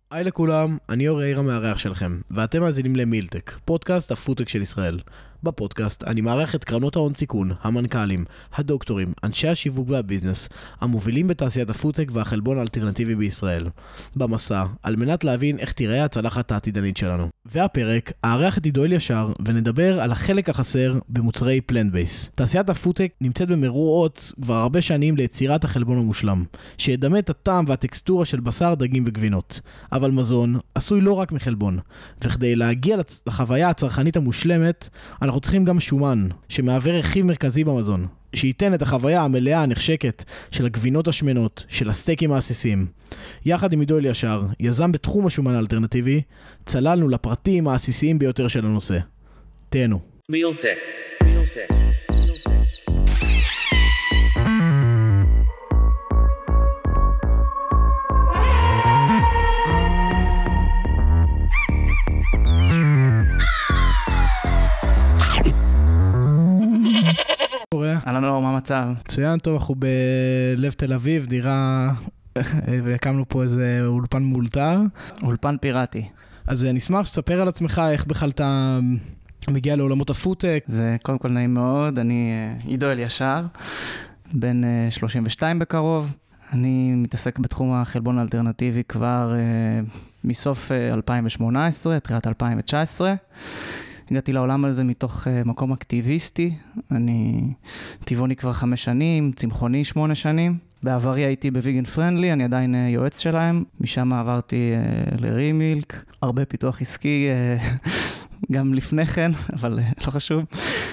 היי לכולם, אני אור יאיר המארח שלכם, ואתם מאזינים למילטק, פודקאסט הפודטק של ישראל. בפודקאסט אני מארח את קרנות ההון סיכון, המנכ"לים, הדוקטורים, אנשי השיווק והביזנס, המובילים בתעשיית הפודטק והחלבון האלטרנטיבי בישראל. במסע, על מנת להבין איך תיראה הצלחת העתידנית שלנו. והפרק, אארח את עידו אלישר ונדבר על החלק החסר במוצרי פלנט בייס. תעשיית הפודטק נמצאת במרוץ כבר הרבה שנים ליצירת החלבון המושלם, שידמה את הטעם והטקסטורה של בשר, דגים וגבינות. אבל מזון עשוי לא רק מחלבון, וכדי להגיע לחוויה הצרכנית המושלמת, אנחנו צריכים גם שומן, שמהווה רכיב מרכזי במזון, שייתן את החוויה המלאה הנחשקת של הגבינות השמנות, של הסטייקים העסיסיים. יחד עם עידו אלישר, יזם בתחום השומן האלטרנטיבי, צללנו לפרטים העסיסיים ביותר של הנושא. תהנו. מילטק. אהלן אור, מה המצב? מצוין, טוב, אנחנו בלב תל אביב, דירה, והקמנו פה איזה אולפן מאולתר. אולפן פיראטי. אז נשמח שתספר על עצמך איך בכלל אתה מגיע לעולמות הפודטק. זה קודם כל נעים מאוד, אני עידו אלישר, בן 32 בקרוב. אני מתעסק בתחום החלבון האלטרנטיבי כבר מסוף 2018, תחילת 2019. הגעתי לעולם הזה מתוך מקום אקטיביסטי, אני טבעוני כבר 5 שנים, צמחוני 8 שנים. בעברי הייתי בוויגן פרנדלי, אני עדיין יועץ שלהם, משם עברתי לרימילק, הרבה פיתוח עסקי גם לפני כן, אבל לא חשוב.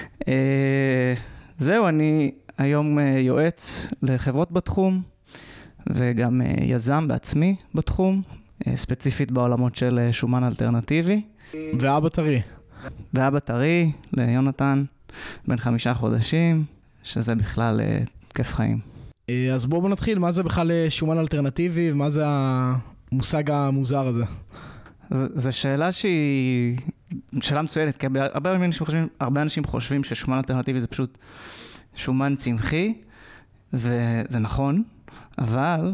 זהו, אני היום יועץ לחברות בתחום, וגם יזם בעצמי בתחום, ספציפית בעולמות של שומן אלטרנטיבי. ואבא טרי. ואבא טרי ליונתן, בן 5 חודשים, שזה בכלל כיף חיים. אז בואו נתחיל, מה זה בכלל שומן אלטרנטיבי, ומה זה המושג המוזר הזה? זו שאלה שהיא שאלה מצוינת, כי הרבה אנשים חושבים ששומן אלטרנטיבי זה פשוט שומן צמחי, וזה נכון, אבל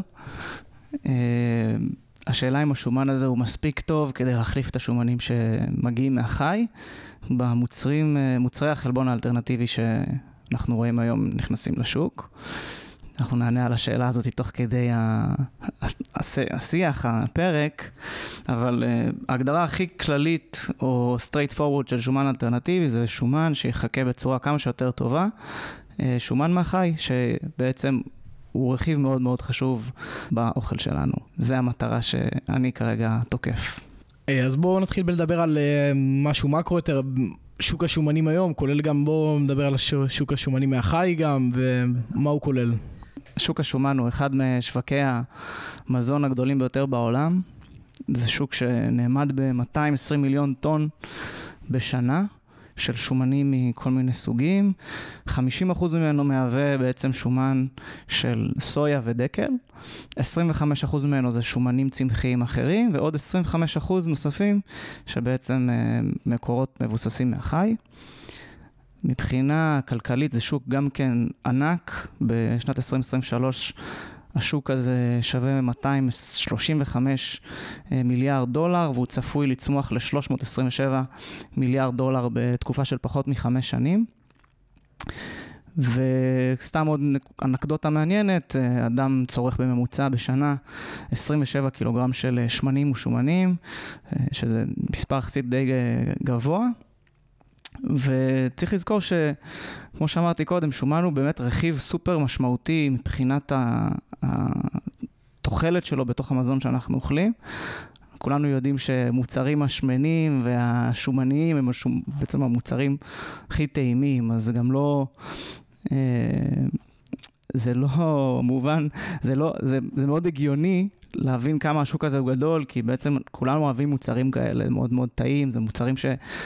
השאלה אם השומן הזה הוא מספיק טוב כדי להחליף את השומנים שמגיעים מהחי, במוצרי החלבון האלטרנטיבי שאנחנו רואים היום נכנסים לשוק. אנחנו נענה על השאלה הזאת תוך כדי השיח, הפרק, אבל ההגדרה הכי כללית או straight forward של שומן אלטרנטיבי זה שומן שיחכה בצורה כמה שיותר טובה, שומן מהחי שבעצם הוא רכיב מאוד מאוד חשוב באוכל שלנו. זה המטרה שאני כרגע תוקף. אז בואו נתחיל בלדבר על משהו מקרו יותר, שוק השומנים היום, כולל גם בואו נדבר על שוק השומנים מהחי גם, ומה הוא כולל? שוק השומן הוא אחד משווקי המזון הגדולים ביותר בעולם. זה שוק שנעמד ב-220 מיליון טון בשנה, של שומנים מכל מיני סוגים. 50% ממנו מהווה בעצם שומן של סויה ודקל. 25% ממנו זה שומנים צמחיים אחרים, ועוד 25% נוספים שבעצם מקורות מבוססים מהחי. מבחינה כלכלית זה שוק גם כן ענק. בשנת 2023 השוק הזה שווה 235 מיליארד דולר, והוא צפוי לצמוח ל-327 מיליארד דולר בתקופה של פחות מ5 שנים. וסתם עוד אנקדוטה מעניינת, אדם צורך בממוצע בשנה 27 קילוגרם של שמנים ושומנים, שזה מספר יחסית די גבוה. וצריך לזכור שכמו שאמרתי קודם, שומן הוא באמת רכיב סופר משמעותי מבחינת התוחלת שלו בתוך המזון שאנחנו אוכלים. כולנו יודעים שמוצרים השמנים והשומניים הם בעצם המוצרים הכי טעימים, אז זה גם לא, זה לא מובן, זה מאוד הגיוני להבין כמה השוק הזה הוא גדול, כי בעצם כולנו אוהבים מוצרים כאלה מאוד מאוד טעים, זה מוצרים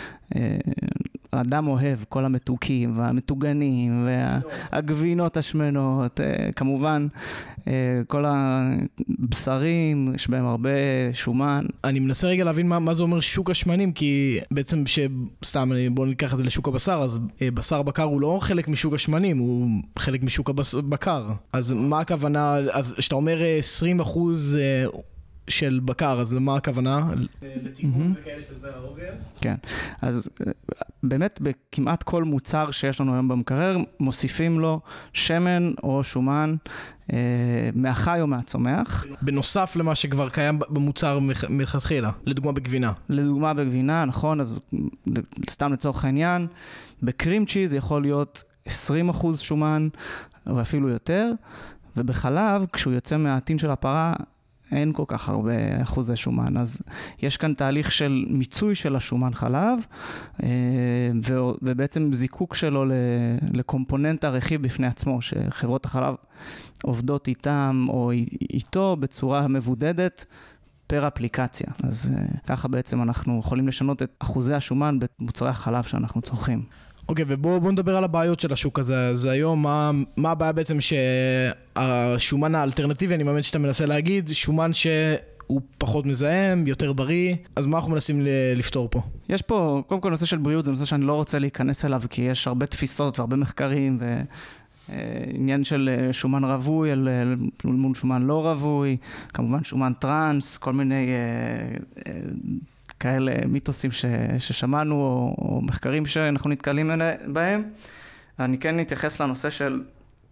האדם אוהב, כל המתוקים והמתוגנים והגבינות השמנות, כמובן כל הבשרים, יש בהם הרבה שומן. אני מנסה רגע להבין מה זה אומר שוק השמנים, כי בעצם סתם בואו ניקח את זה לשוק הבשר, אז בשר בקר הוא לא חלק משוק השמנים, הוא חלק משוק הבקר. אז מה הכוונה, שאתה אומר 20% של בקר, אז למה הכוונה? לתיקון וכאלה שזה ה-obvious? כן, אז באמת בכמעט כל מוצר שיש לנו היום במקרר, מוסיפים לו שמן או שומן מהחי או מהצומח. בנוסף למה שכבר קיים במוצר מלכתחילה, לדוגמה בגבינה. לדוגמה בגבינה, נכון, אז סתם לצורך העניין, בקרים צ'יז יכול להיות 20% שומן, ואפילו יותר, ובחלב, כשהוא יוצא מהעטין של הפרה, אין כל כך הרבה אחוזי שומן. אז יש כאן תהליך של מיצוי של השומן חלב, ובעצם זיקוק שלו לקומפוננט הרכיב בפני עצמו, שחברות החלב עובדות איתם או איתו בצורה מבודדת פר אפליקציה. אז ככה בעצם אנחנו יכולים לשנות את אחוזי השומן במוצרי החלב שאנחנו צורכים. אוקיי, ובואו נדבר על הבעיות של השוק הזה. אז היום, מה הבעיה בעצם שהשומן האלטרנטיבי, אני מאמין שאתה מנסה להגיד, שומן שהוא פחות מזהם, יותר בריא, אז מה אנחנו מנסים לפתור פה? יש פה, קודם כל נושא של בריאות, זה נושא שאני לא רוצה להיכנס אליו, כי יש הרבה תפיסות והרבה מחקרים, ועניין של שומן רווי מול שומן לא רווי, כמובן שומן טרנס, כל מיני כאלה מיתוסים ששמענו, או מחקרים שאנחנו נתקלים בהם. אני כן נתייחס לנושא של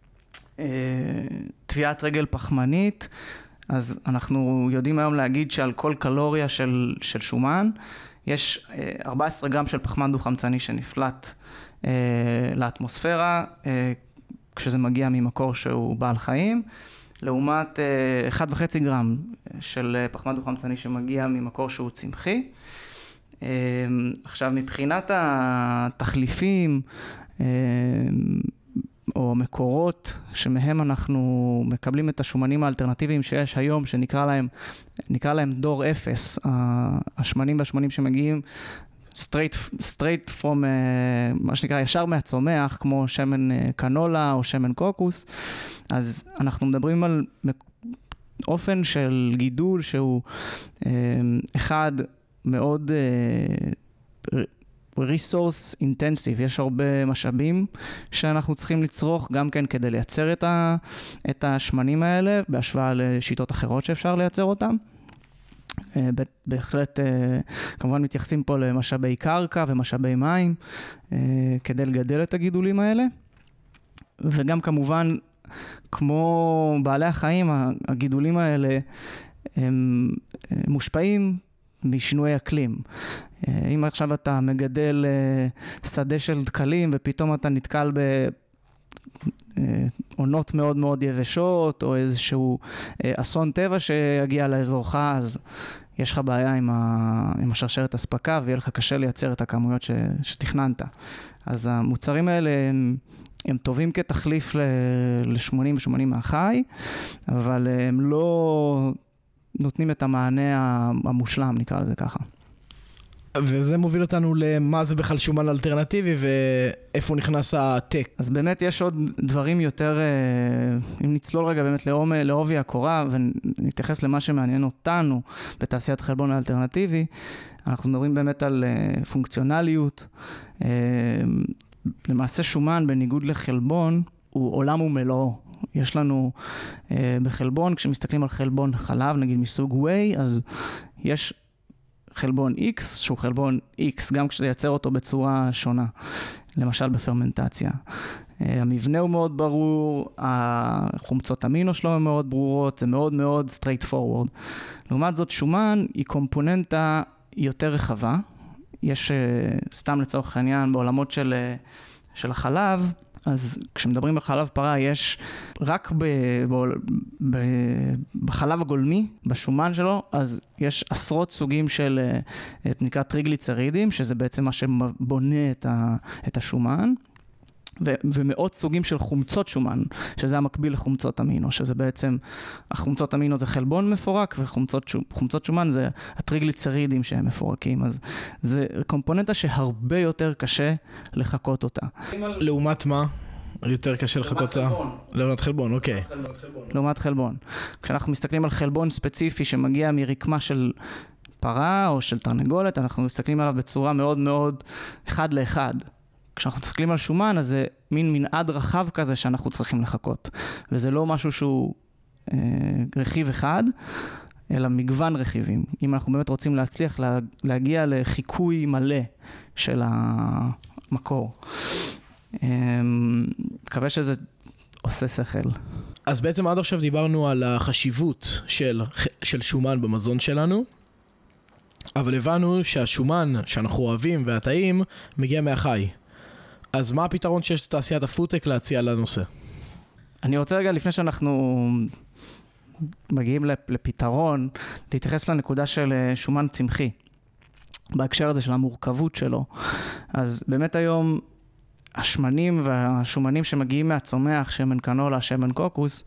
טביעת רגל פחמנית. אז אנחנו יודעים היום להגיד שעל כל קלוריה של שומן, יש 14 גרם של פחמן דו-חמצני שנפלט לאטמוספירה, כשזה מגיע ממקור שהוא בעל חיים, לעומת 1.5 גרם של פחמן דו-חמצני שמגיע ממקור שהוא צמחי. עכשיו, מבחינת התחליפים או מקורות שמהם אנחנו מקבלים את השומנים האלטרנטיביים שיש היום, שנקרא להם דור 0, השמנים והשמנים שמגיעים straight from, מה שנקרא, ישר מהצומח, כמו שמן קנולה או שמן קוקוס. אז אנחנו מדברים על אופן של גידול שהוא אחד מאוד resource intensive, יש הרבה משאבים שאנחנו צריכים לצרוך גם כן כדי לייצר את השמנים האלה, בהשוואה לשיטות אחרות שאפשר לייצר אותם. בהחלט, כמובן מתייחסים פה למשאבי קרקע ומשאבי מים, כדי לגדל את הגידולים האלה. וגם כמובן, כמו בעלי החיים, הגידולים האלה הם מושפעים משינוי אקלים. אם עכשיו אתה מגדל שדה של דקלים, ופתאום אתה נתקל בעונות מאוד מאוד יבשות, או איזשהו אסון טבע שיגיע לאזורך, אז יש לך בעיה עם השרשרת הספקה, ויהיה לך קשה לייצר את הכמויות שתכננת. אז המוצרים האלה הם טובים כתחליף ל-80 ושומנים מהחי, אבל הם לא נותנים את המענה המושלם, נקרא לזה ככה. וזה מוביל אותנו למה זה בכלל שומן אלטרנטיבי ואיפה נכנס הטק. אז באמת יש עוד דברים יותר, אם נצלול רגע באמת לעובי הקורה ונתייחס למה שמעניין אותנו בתעשיית החלבון האלטרנטיבי, אנחנו מדברים באמת על פונקציונליות. למעשה שומן בניגוד לחלבון הוא עולם ומלואו. יש לנו בחלבון, כשמסתכלים על חלבון חלב, נגיד מסוג whey, אז יש חלבון X, שהוא חלבון X, גם כשאתה ייצר אותו בצורה שונה, למשל בפרמנטציה. המבנה הוא מאוד ברור, החומצות אמינו שלו הן מאוד ברורות, זה מאוד מאוד straight forward. לעומת זאת, שומן היא קומפוננטה יותר רחבה. יש, סתם לצורך העניין, בעולמות של החלב, אז כשמדברים על חלב פרה, יש רק בחלב הגולמי, בשומן שלו, אז יש עשרות סוגים של, נקרא טריגליצרידים, שזה בעצם מה שבונה את השומן, ומאות סוגים של חומצות שומן, שזה המקביל לחומצות אמינו, שזה בעצם, החומצות אמינו זה חלבון מפורק, וחומצות שומן זה הטריגליצרידים שהם מפורקים, אז זה קומפוננטה שהרבה יותר קשה לחקות אותה. לעומת מה? יותר קשה לחקות אותה? לעומת חלבון, אוקיי. לעומת חלבון. כשאנחנו מסתכלים על חלבון ספציפי שמגיע מרקמה של פרה או של תרנגולת, אנחנו מסתכלים עליו בצורה מאוד מאוד אחד לאחד. כשאנחנו מסתכלים על שומן, אז זה מין מנעד רחב כזה שאנחנו צריכים לחכות. וזה לא משהו שהוא רכיב אחד, אלא מגוון רכיבים. אם אנחנו באמת רוצים להצליח להגיע לחיקוי מלא של המקור. מקווה שזה עושה שכל. אז בעצם עד עכשיו דיברנו על החשיבות של שומן במזון שלנו, אבל הבנו שהשומן שאנחנו אוהבים והטעים מגיע מהחי. אז מה הפתרון שיש לתעשיית הפודטק להציע לנושא? אני רוצה רגע, לפני שאנחנו מגיעים לפתרון, להתייחס לנקודה של שומן צמחי, בהקשר הזה של המורכבות שלו. אז באמת היום השמנים והשומנים שמגיעים מהצומח, שמן קנולה, שמן קוקוס,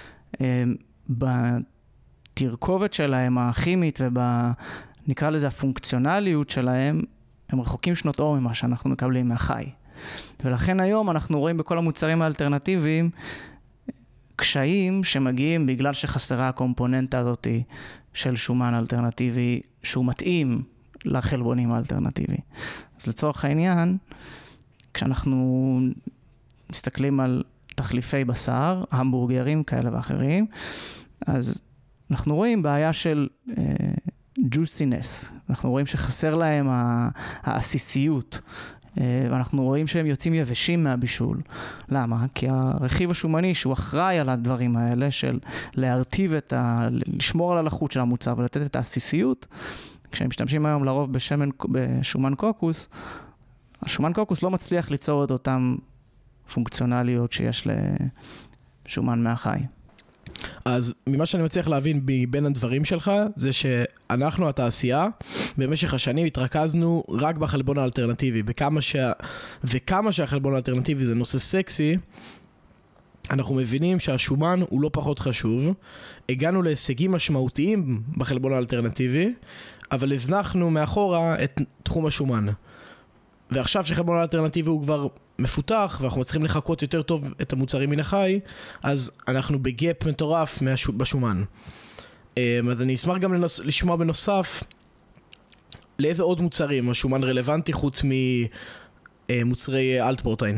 בתרכובת שלהם, הכימית נקרא לזה הפונקציונליות שלהם, הם רחוקים שנות אור ממה שאנחנו מקבלים מהחי. ולכן היום אנחנו רואים בכל המוצרים האלטרנטיביים קשיים שמגיעים בגלל שחסרה הקומפוננטה הזאת של שומן אלטרנטיבי שהוא מתאים לחלבונים האלטרנטיבי. אז לצורך העניין, כשאנחנו מסתכלים על תחליפי בשר, המבורגרים כאלה ואחרים, אז אנחנו רואים בעיה של juiciness. אנחנו רואים שחסר להם העסיסיות, ואנחנו רואים שהם יוצאים יבשים מהבישול. למה? כי הרכיב השומני שהוא אחראי על הדברים האלה, של להרטיב לשמור על הלחות של המוצר ולתת את העסיסיות, כשהם משתמשים היום לרוב בשומן קוקוס, השומן קוקוס לא מצליח ליצור את אותם פונקציונליות שיש לשומן מהחי. אז ממה שאני מצליח להבין בין הדברים שלך, זה שאנחנו, התעשייה, במשך השנים התרכזנו רק בחלבון האלטרנטיבי. וכמה שהחלבון האלטרנטיבי זה נושא סקסי, אנחנו מבינים שהשומן הוא לא פחות חשוב. הגענו להישגים משמעותיים בחלבון האלטרנטיבי, אבל הזנחנו מאחורה את תחום השומן. ועכשיו שחלבון האלטרנטיבי הוא כבר מפותח, ואנחנו צריכים לחכות יותר טוב את המוצרים מן החי, אז אנחנו בגאפ מטורף בשומן. אז אני אשמח גם לשמוע בנוסף, לאיזה עוד מוצרים השומן רלוונטי חוץ ממוצרי אלט-פרוטאין?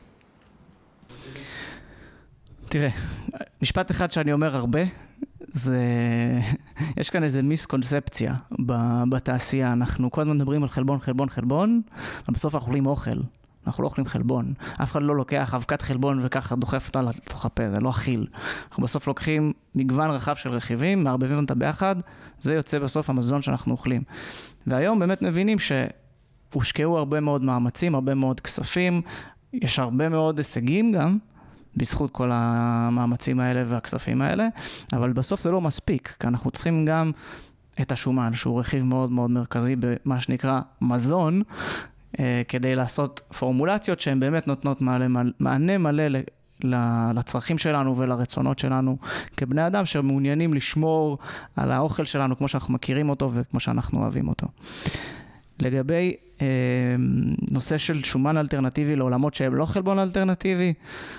תראה, משפט אחד שאני אומר הרבה, זה יש כאן איזה מיסקונספציה בתעשייה. אנחנו כל הזמן מדברים על חלבון, אבל בסוף אנחנו אוכלים אוכל. אנחנו לא אוכלים חלבון. אף אחד לא לוקח אבקת חלבון וככה דוחף אותה לתוך הפה, זה לא אכיל. אנחנו בסוף לוקחים מגוון רחב של רכיבים, מערבבים אותה ביחד, זה יוצא בסוף המזון שאנחנו אוכלים. והיום באמת מבינים שהושקעו הרבה מאוד מאמצים, הרבה מאוד כספים, יש הרבה מאוד הישגים גם, בזכות כל המאמצים האלה והכספים האלה, אבל בסוף זה לא מספיק, כי אנחנו צריכים גם את השומן, שהוא רכיב מאוד מאוד מרכזי במה שנקרא מזון, כדי לעשות פורמולציות שהן באמת נותנות מענה מלא לצרכים שלנו ולרצונות שלנו כבני אדם שמעוניינים לשמור על האוכל שלנו כמו שאנחנו מכירים אותו וכמו שאנחנו אוהבים אותו. לגבי נושא של שומן אלטרנטיבי לעולמות שהם לא חלבון אלטרנטיבי,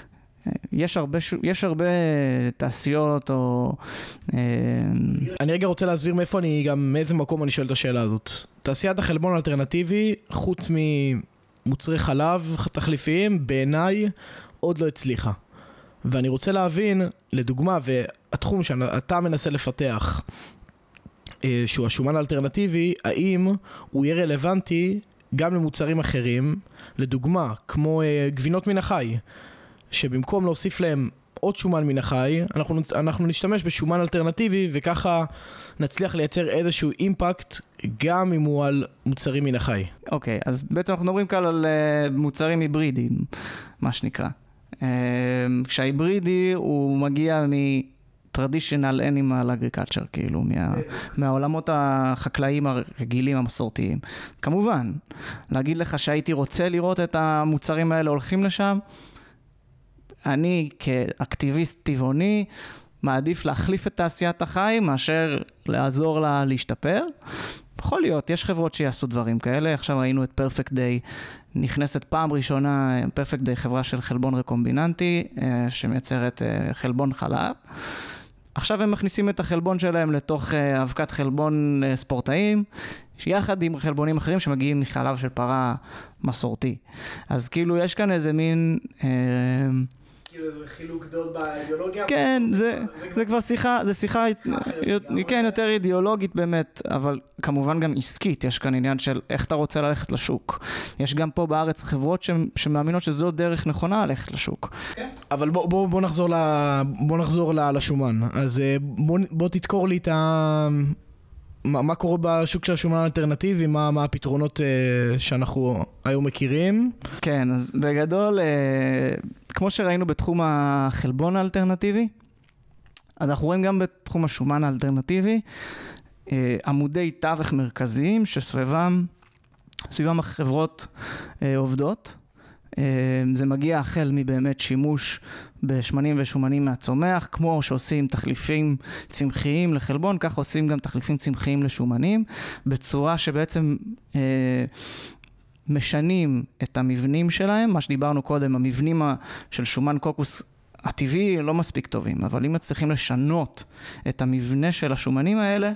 יש הרבה תעשיות או... אני רגע רוצה להסביר מאיזה מקום אני שואל את השאלה הזאת. תעשיית החלבון האלטרנטיבי, חוץ ממוצרי חלב תחליפיים, בעיניי עוד לא הצליחה. ואני רוצה להבין, לדוגמה, והתחום שאתה מנסה לפתח, שהוא השומן האלטרנטיבי, האם הוא יהיה רלוונטי גם למוצרים אחרים, לדוגמה, כמו גבינות מן החי, שבמקום להוסיף להם עוד שומן מן החי, אנחנו נשתמש בשומן אלטרנטיבי, וככה נצליח לייצר איזשהו אימפקט, גם אם הוא על מוצרים מן החי. אוקיי, אז בעצם אנחנו מדברים כאן על מוצרים היברידיים, מה שנקרא. כשההיברידי הוא מגיע מ-traditional animal agriculture, כאילו, מהעולמות החקלאיים הרגילים המסורתיים. כמובן, להגיד לך שהייתי רוצה לראות את המוצרים האלה הולכים לשם, אני כאקטיביסט טבעוני מעדיף להחליף את תעשיית החי מאשר לעזור לה להשתפר. יכול להיות, יש חברות שיעשו דברים כאלה. עכשיו ראינו את Perfect Day נכנסת פעם ראשונה, Perfect Day חברה של חלבון רקומביננטי שמייצרת חלבון חלב. עכשיו הם מכניסים את החלבון שלהם לתוך אבקת חלבון ספורטאים, שיחד עם חלבונים אחרים שמגיעים מחלב של פרה מסורתי. אז כאילו יש כאן איזה מין כאילו זה חילוק דעות באידיאולוגיה? כן, זה כבר שיחה, זה שיחה כן, יותר אידיאולוגית באמת, אבל כמובן גם עסקית, יש כאן עניין של איך אתה רוצה ללכת לשוק. יש גם פה בארץ חברות שמאמינות שזו דרך נכונה ללכת לשוק. אבל בוא נחזור לשומן. אז בוא תתקור לי את מה קורה בשוק של השומן האלטרנטיבי, מה הפתרונות שאנחנו היום מכירים? כן, אז בגדול, כמו שראינו בתחום החלבון האלטרנטיבי, אז אנחנו רואים גם בתחום השומן האלטרנטיבי, עמודי תווך מרכזיים שסביבם החברות עובדות. זה מגיע החל מבאמת שימוש בשמנים ושומנים מהצומח, כמו שעושים תחליפים צמחיים לחלבון, כך עושים גם תחליפים צמחיים לשומנים, בצורה שבעצם משנים את המבנים שלהם, מה שדיברנו קודם, המבנים של שומן קוקוס הטבעי לא מספיק טובים, אבל אם מצליחים לשנות את המבנה של השומנים האלה,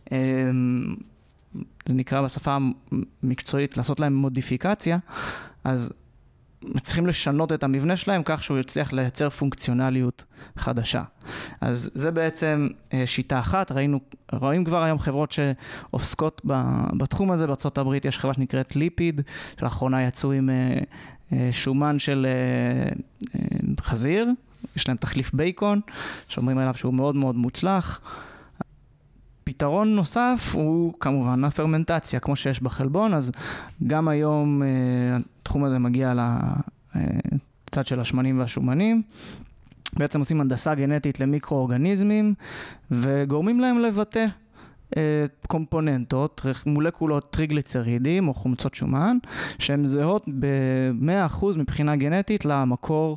זה נקרא בשפה המקצועית לעשות להם מודיפיקציה, אז צריכים לשנות את המבנה שלהם כך שהוא יצליח לייצר פונקציונליות חדשה. אז זה בעצם שיטה אחת. רואים כבר היום חברות שעוסקות בתחום הזה. בארצות הברית יש חברה שנקראת ליפיד, שלאחרונה יצאו עם שומן של חזיר, יש להם תחליף בייקון, שאומרים עליו שהוא מאוד מאוד מוצלח. פתרון נוסף הוא כמובן הפרמנטציה, כמו שיש בחלבון, אז גם היום התחום הזה מגיע לצד של השמנים והשומנים. בעצם עושים הנדסה גנטית למיקרואורגניזמים, וגורמים להם לבטא קומפוננטות, מולקולות טריגליצרידים או חומצות שומן, שהן זהות ב-100% מבחינה גנטית למקור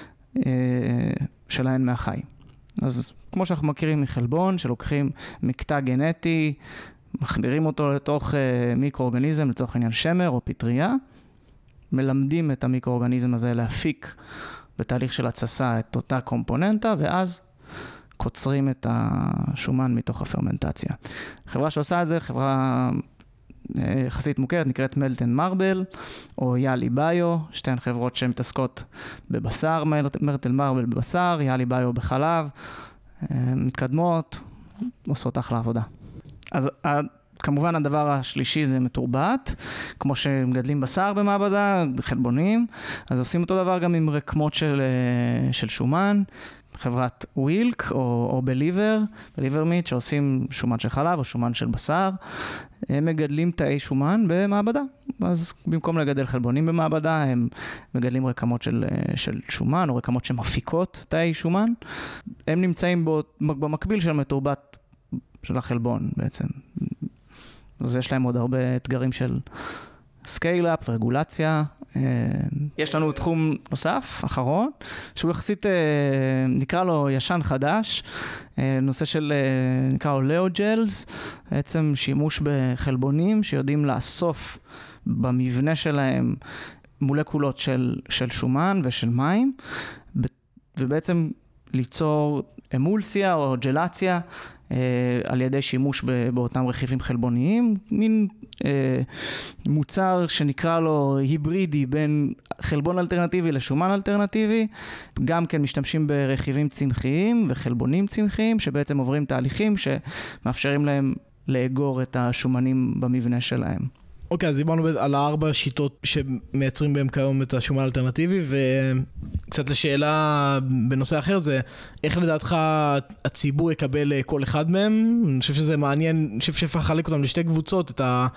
שלהן מהחי. אז כמו שאנחנו מכירים מחלבון, שלוקחים מקטע גנטי, מחדירים אותו לתוך מיקרואורגניזם, לצורך העניין שמר או פטריה, מלמדים את המיקרואורגניזם הזה להפיק בתהליך של הצסה את אותה קומפוננטה, ואז קוצרים את השומן מתוך הפרמנטציה. חברה שעושה את זה, חברה יחסית מוכרת, נקראת מלטן מרבל, או יאלי ביו, שתיהן חברות שמתעסקות בבשר, מלטן מרבל בבשר, יאלי ביו בחלב, מתקדמות, עושות אחלה עבודה. אז כמובן הדבר השלישי זה מתורבת, כמו שמגדלים בשר במעבדה, חלבונים, אז עושים אותו דבר גם עם רקמות של שומן, חברת ווילק או בליבר מיט, שעושים שומן של חלב או שומן של בשר, הם מגדלים תאי שומן במעבדה. אז במקום לגדל חלבונים במעבדה, הם מגדלים רקמות של שומן או רקמות שמפיקות תאי שומן. הם נמצאים במקביל של מתורבת של החלבון בעצם. אז יש להם עוד הרבה אתגרים של סקייל-אפ ורגולציה. יש לנו תחום נוסף, אחרון, שהוא יחסית נקרא לו ישן חדש, נושא של נקרא לו לאוג'לס, בעצם שימוש בחלבונים שיודעים לאסוף במבנה שלהם מולקולות של שומן ושל מים, ובעצם ליצור אמולסיה או ג'לציה על ידי שימוש באותם רכיבים חלבוניים, מין מוצר שנקרא לו היברידי בין חלבון אלטרנטיבי לשומן אלטרנטיבי, גם כן משתמשים ברכיבים צמחיים וחלבונים צמחיים, שבעצם עוברים תהליכים שמאפשרים להם לאגור את השומנים במבנה שלהם. אוקיי, אז דיברנו על 4 שיטות שמייצרים בהם כיום את השומן האלטרנטיבי, וקצת לשאלה בנושא אחר זה, איך לדעתך הציבור יקבל כל אחד מהם? אני חושב שזה מעניין, אני חושב שאפשר לחלק אותם לשתי קבוצות,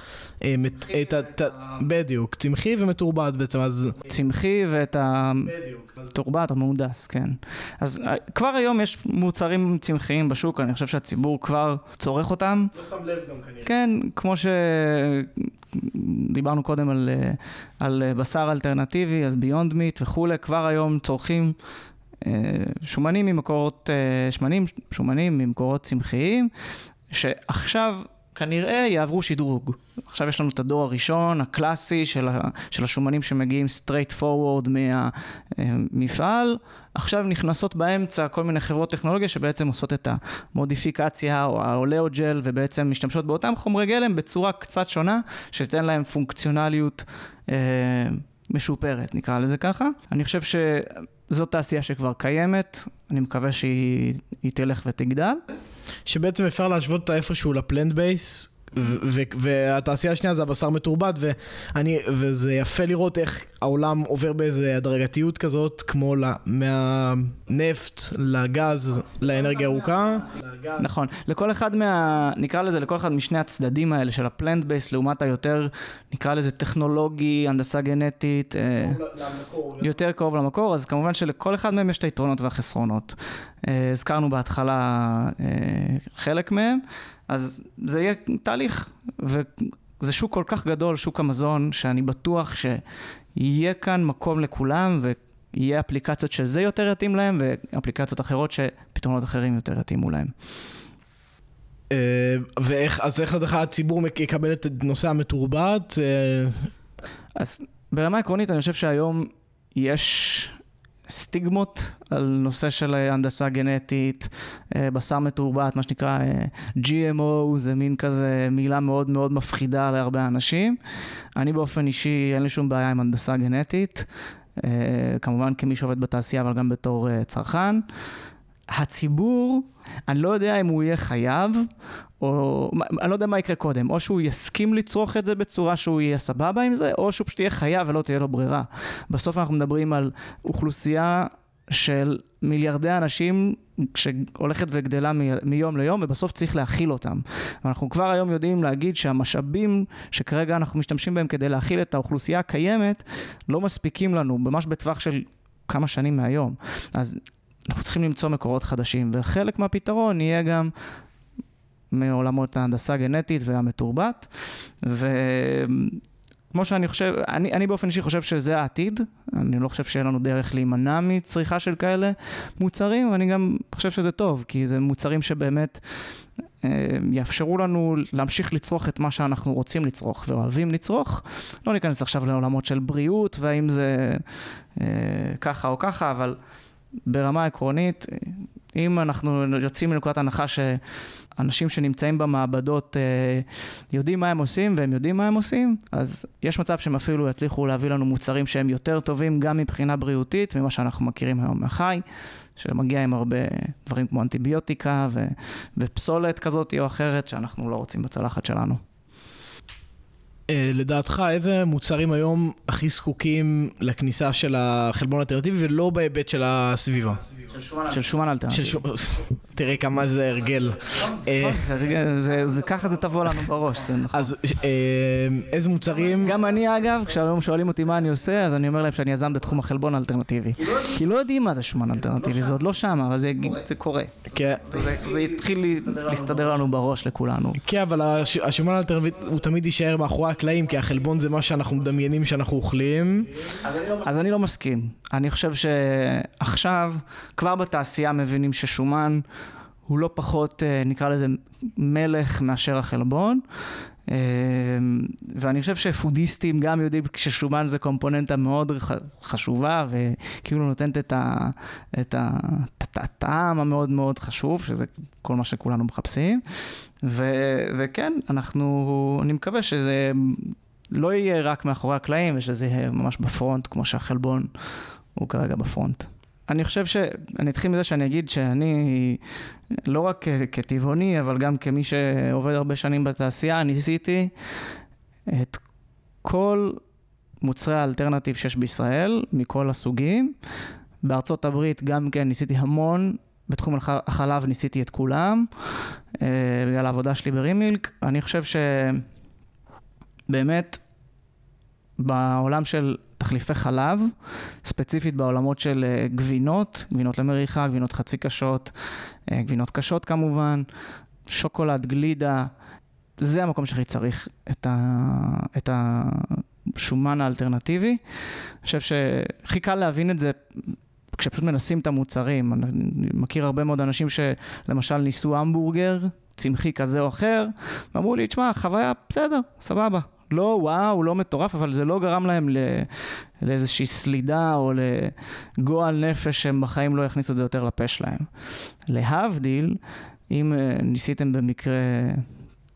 בדיוק, צמחי ומתורבת בעצם, אז... צמחי ואת התורבת או מהונדס, כן. אז כבר היום יש מוצרים צמחיים בשוק, אני חושב שהציבור כבר צורך אותם. לא שם לב גם כנראה. כן, כמו ש... דיברנו קודם על בשר אלטרנטיבי, אז ביונד מיט וכו', כבר היום צורכים שומנים ממקורות שומנים ממקורות צמחיים, שעכשיו כנראה יעברו שדרוג. עכשיו יש לנו את הדור הראשון, הקלאסי של השומנים שמגיעים straight forward מהמפעל. עכשיו נכנסות באמצע כל מיני חברות טכנולוגיה שבעצם עושות את המודיפיקציה או האולאוג'ל, ובעצם משתמשות באותם חומרי גלם בצורה קצת שונה, שתיתן להם פונקציונליות משופרת, נקרא לזה ככה. אני חושב זאת תעשייה שכבר קיימת, אני מקווה שהיא תלך ותגדל. שבעצם אפשר להשוות אותה איפשהו לפלנט בייס, והתעשייה השנייה זה הבשר מתורבת, וזה יפה לראות איך העולם עובר באיזה הדרגתיות כזאת, כמו מהנפט לגז, לאנרגיה ירוקה. נכון, לכל אחד נקרא לזה, לכל אחד משני הצדדים האלה של הפלנט בייס, לעומת היותר, נקרא לזה טכנולוגי, הנדסה גנטית, יותר קרוב למקור, אז כמובן שלכל אחד מהם יש את היתרונות והחסרונות. הזכרנו בהתחלה חלק מהם, אז זה יהיה תהליך, וזה שוק כל כך גדול, שוק המזון, שאני בטוח שיהיה כאן מקום לכולם, ויהיה אפליקציות שזה יותר יתאים להם, ואפליקציות אחרות שפתרונות אחרים יותר יתאימו להם. אז איך לדעתך הציבור יקבל את נושא המתורבת? אז ברמה עקרונית אני חושב שהיום יש סטיגמות על נושא של הנדסה גנטית, בשר מתורבת, מה שנקרא GMO, זה מין כזה מילה מאוד מאוד מפחידה להרבה אנשים. אני באופן אישי אין לי שום בעיה עם הנדסה גנטית, כמובן כמי שעובד בתעשייה, אבל גם בתור צרכן. הציבור, אני לא יודע אם הוא יהיה חייב, או אני לא יודע מה יקרה קודם, או שהוא יסכים לצרוך את זה בצורה שהוא יהיה סבבה עם זה, או שהוא פשוט יהיה חייב ולא תהיה לו ברירה. בסוף אנחנו מדברים על אוכלוסייה של מיליארדי אנשים שהולכת וגדלה מיום ליום, ובסוף צריך להכיל אותם. ואנחנו כבר היום יודעים להגיד שהמשאבים שכרגע אנחנו משתמשים בהם כדי להכיל את האוכלוסייה הקיימת, לא מספיקים לנו, ממש בטווח של כמה שנים מהיום. אז אנחנו צריכים למצוא מקורות חדשים, וחלק מהפתרון יהיה גם מעולמות ההנדסה גנטית והמתורבת, וכמו שאני חושב, אני באופן אישי חושב שזה העתיד, אני לא חושב שאין לנו דרך להימנע מצריכה של כאלה מוצרים, ואני גם חושב שזה טוב, כי זה מוצרים שבאמת יאפשרו לנו להמשיך לצרוך את מה שאנחנו רוצים לצרוך ואוהבים לצרוך. לא ניכנס עכשיו לעולמות של בריאות, והאם זה ככה או ככה, אבל ברמה עקרונית, אם אנחנו יוצאים מנקודת הנחה שאנשים שנמצאים במעבדות יודעים מה הם עושים, והם יודעים מה הם עושים, אז יש מצב שהם אפילו יצליחו להביא לנו מוצרים שהם יותר טובים גם מבחינה בריאותית, ממה שאנחנו מכירים היום מהחי, שמגיע עם הרבה דברים כמו אנטיביוטיקה ופסולת כזאת או אחרת, שאנחנו לא רוצים בצלחת שלנו. לדעתך, איזה מוצרים היום הכי זקוקים לכניסה של החלבון האלטרנטיבי, ולא בהיבט של הסביבה? של שומן אלטרנטיבי. תראה כמה זה הרגל. זה ככה זה תבוא לנו בראש, זה נכון. אז איזה מוצרים? גם אני אגב, כשהיום שואלים אותי מה אני עושה, אז אני אומר להם שאני יזם בתחום החלבון האלטרנטיבי. כי לא יודעים מה זה שומן אלטרנטיבי, זה עוד לא שם, אבל זה קורה. זה התחיל להסתדר לנו בראש לכולנו. כן, אבל השומן האלטרנטיבי הוא תמיד יישאר מאחורי הקלעים, כי החלבון זה מה שאנחנו מדמיינים שאנחנו אוכלים. אז אני לא מסכים. אני חושב שעכשיו, כבר בתעשייה מבינים ששומן הוא לא פחות, נקרא לזה, מלך מאשר החלבון. ואני חושב שפודיסטים גם יודעים ששומן זה קומפוננטה מאוד חשובה, וכאילו נותנת את הטעם המאוד מאוד חשוב, שזה כל מה שכולנו מחפשים. וכן, אני מקווה שזה לא יהיה רק מאחורי הקלעים, ושזה יהיה ממש בפרונט, כמו שהחלבון הוא כרגע בפרונט. אני חושב אני אתחיל מזה שאני אגיד שאני לא רק כטבעוני, אבל גם כמי שעובד הרבה שנים בתעשייה, ניסיתי את כל מוצרי האלטרנטיב שיש בישראל, מכל הסוגים. בארצות הברית גם כן ניסיתי המון, בתחום החלב ניסיתי את כולם, בגלל העבודה שלי ברימילק. אני חושב שבאמת בעולם של תחליפי חלב, ספציפית בעולמות של גבינות למריחה, גבינות חצי קשות, גבינות קשות כמובן, שוקולד, גלידה, זה המקום שהכי צריך את השומן האלטרנטיבי. אני חושב שהכי קל להבין את זה כשפשוט מנסים את המוצרים. אני מכיר הרבה מאוד אנשים שלמשל ניסו המבורגר, צמחי כזה או אחר, ואמרו לי, תשמע, חוויה בסדר, סבבה. לא וואו, לא מטורף, אבל זה לא גרם להם לאיזושהי סלידה או לגועל נפש שהם בחיים לא יכניסו את זה יותר לפה שלהם. להבדיל, אם ניסיתם במקרה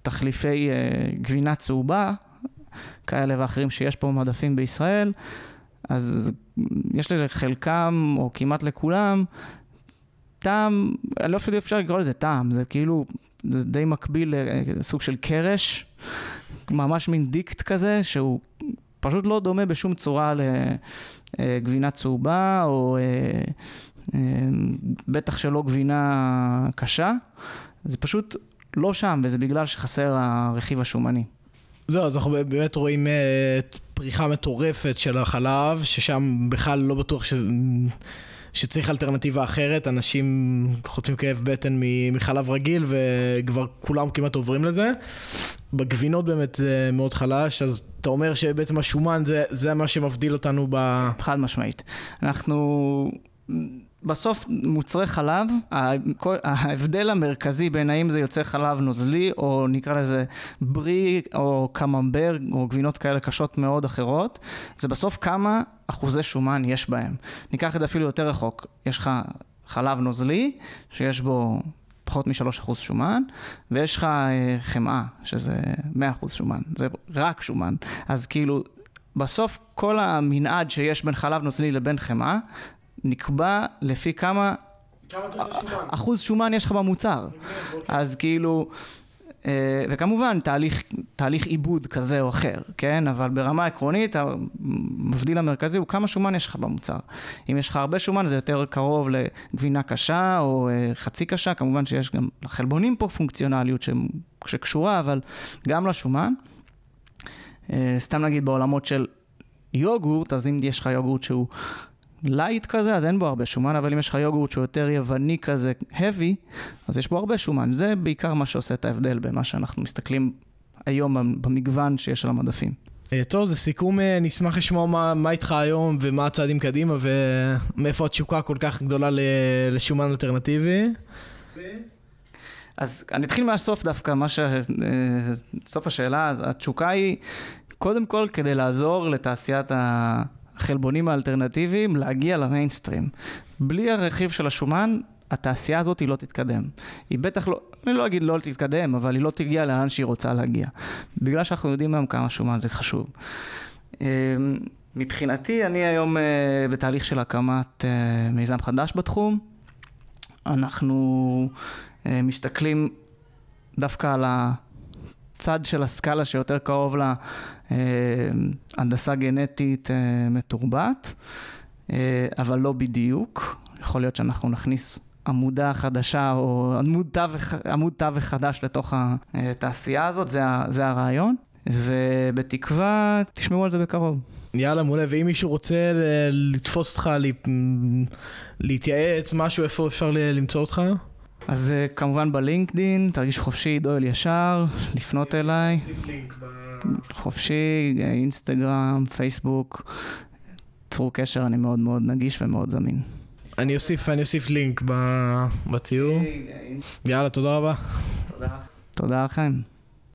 תחליפי גבינה צהובה, כאלה ואחרים שיש פה מדפים בישראל, אז יש לחלקם, או כמעט לכולם, טעם, לא אפילו אפשר לקרוא לזה טעם, זה כאילו, זה די מקביל לסוג של קרש, ממש מין דיקט כזה, שהוא פשוט לא דומה בשום צורה לגבינה צהובה, או בטח שלא גבינה קשה. זה פשוט לא שם, וזה בגלל שחסר הרכיב השומני. זהו, אז אנחנו באמת רואים פריחה מטורפת של החלב, ששם בכלל לא בטוח שצריך אלטרנטיבה אחרת. אנשים חוטפים כאב בטן מחלב רגיל, וכבר כולם כמעט עוברים לזה. בגבינות באמת זה מאוד חלש, אז אתה אומר שבעצם השומן זה מה שמבדיל אותנו חד משמעית. אנחנו בסוף מוצרי חלב, ההבדל המרכזי בין האם זה יוצא חלב נוזלי, או נקרא לזה ברי, או קממבר, או גבינות כאלה קשות מאוד אחרות, זה בסוף כמה אחוזי שומן יש בהם. ניקח את זה אפילו יותר רחוק. יש לך חלב נוזלי, שיש בו פחות מ3% שומן, ויש לך חמאה, שזה 100% שומן. זה רק שומן. אז כאילו, בסוף כל המנעד שיש בין חלב נוזלי לבין חמאה, נקבע לפי כמה אחוז שומן יש לך במוצר. אז כאילו, וכמובן תהליך עיבוד כזה או אחר, כן? אבל ברמה עקרונית, המבדיל המרכזי הוא כמה שומן יש לך במוצר. אם יש לך הרבה שומן, זה יותר קרוב לגבינה קשה או חצי קשה. כמובן שיש גם לחלבונים פה פונקציונליות שקשורה, אבל גם לשומן. סתם נגיד בעולמות של יוגורט, אז אם יש לך יוגורט שהוא לייט כזה, אז אין בו הרבה שומן, אבל אם יש לך יוגורט שהוא יותר יווני כזה, heavy, אז יש בו הרבה שומן. זה בעיקר מה שעושה את ההבדל במה שאנחנו מסתכלים היום במגוון שיש על המדפים. טוב, זה סיכום, נשמח לשמוע מה איתך היום ומה הצעדים קדימה, ומאיפה התשוקה כל כך גדולה לשומן אלטרנטיבי. אז אני אתחיל מהסוף דווקא, סוף השאלה, התשוקה היא קודם כל כדי לעזור לתעשיית החלבונים האלטרנטיביים להגיע למיינסטרים. בלי הרכיב של השומן, התעשייה הזאת היא לא תתקדם. היא בטח לא, אני לא אגיד לא תתקדם, אבל היא לא תגיע לאן שהיא רוצה להגיע. בגלל שאנחנו יודעים היום כמה שומן זה חשוב. מבחינתי, אני היום בתהליך של הקמת מיזם חדש בתחום. אנחנו מסתכלים דווקא על הצד של הסקאלה שיותר קרוב להנדסה גנטית מתורבת, אבל לא בדיוק. יכול להיות שאנחנו נכניס עמודה חדשה או עמוד תווך חדש לתוך התעשייה הזאת, זה הרעיון, ובתקווה תשמעו על זה בקרוב. יאללה, מעולה. ואם מישהו רוצה לתפוס אותך, להתייעץ, משהו, איפה אפשר למצוא אותך? אז כמובן בלינקדין, תרגיש חופשי, דואל ישר, לפנות אליי. חופשי, אינסטגרם, פייסבוק, צרו קשר, אני מאוד מאוד נגיש ומאוד זמין. אני אוסיף לינק בתיאור. יאללה, תודה רבה. תודה לכם.